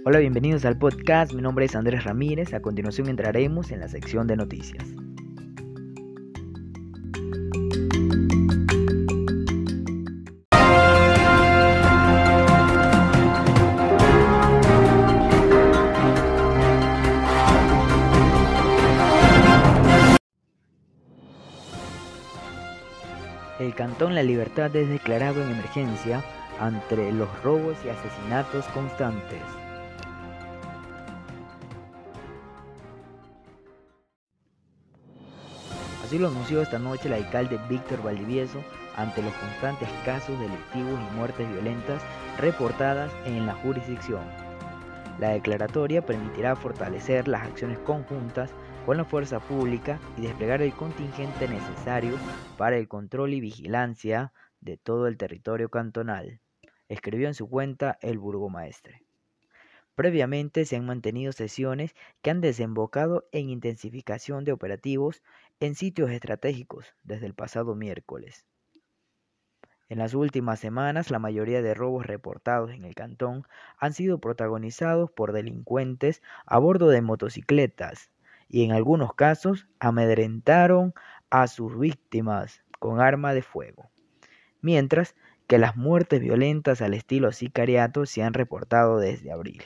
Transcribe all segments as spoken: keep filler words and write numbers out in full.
Hola, bienvenidos al podcast. Mi nombre es Andrés Ramírez. A continuación entraremos en la sección de noticias. El Cantón La Libertad es declarado en emergencia ante los robos y asesinatos constantes. Así lo anunció esta noche el alcalde Víctor Valdivieso ante los constantes casos delictivos y muertes violentas reportadas en la jurisdicción. La declaratoria permitirá fortalecer las acciones conjuntas con la fuerza pública y desplegar el contingente necesario para el control y vigilancia de todo el territorio cantonal, escribió en su cuenta el burgomaestre. Previamente se han mantenido sesiones que han desembocado en intensificación de operativos en sitios estratégicos desde el pasado miércoles. En las últimas semanas, la mayoría de robos reportados en el cantón han sido protagonizados por delincuentes a bordo de motocicletas y en algunos casos amedrentaron a sus víctimas con arma de fuego, mientras que las muertes violentas al estilo sicariato se han reportado desde abril.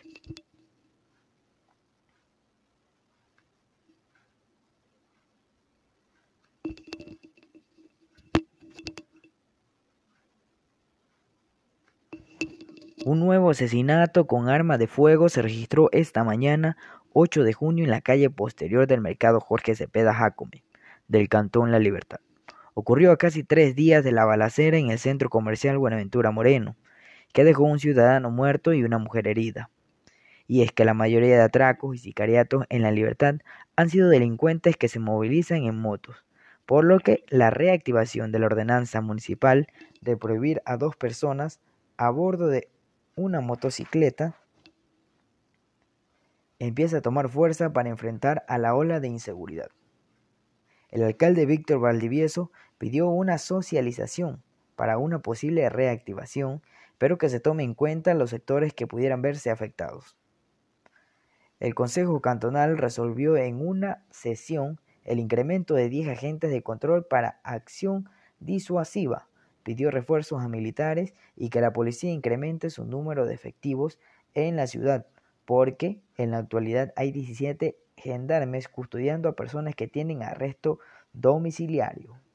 Un nuevo asesinato con arma de fuego se registró esta mañana, ocho de junio, en la calle posterior del mercado Jorge Cepeda Jacome, del Cantón La Libertad. Ocurrió a casi tres días de la balacera en el centro comercial Buenaventura Moreno, que dejó un ciudadano muerto y una mujer herida. Y es que la mayoría de atracos y sicariatos en La Libertad han sido delincuentes que se movilizan en motos, por lo que la reactivación de la ordenanza municipal de prohibir a dos personas a bordo de una motocicleta empieza a tomar fuerza para enfrentar a la ola de inseguridad. El alcalde Víctor Valdivieso pidió una socialización para una posible reactivación, pero que se tome en cuenta los sectores que pudieran verse afectados. El Consejo Cantonal resolvió en una sesión el incremento de diez agentes de control para acción disuasiva, pidió refuerzos a militares y que la policía incremente su número de efectivos en la ciudad, porque en la actualidad hay diecisiete gendarmes custodiando a personas que tienen arresto domiciliario.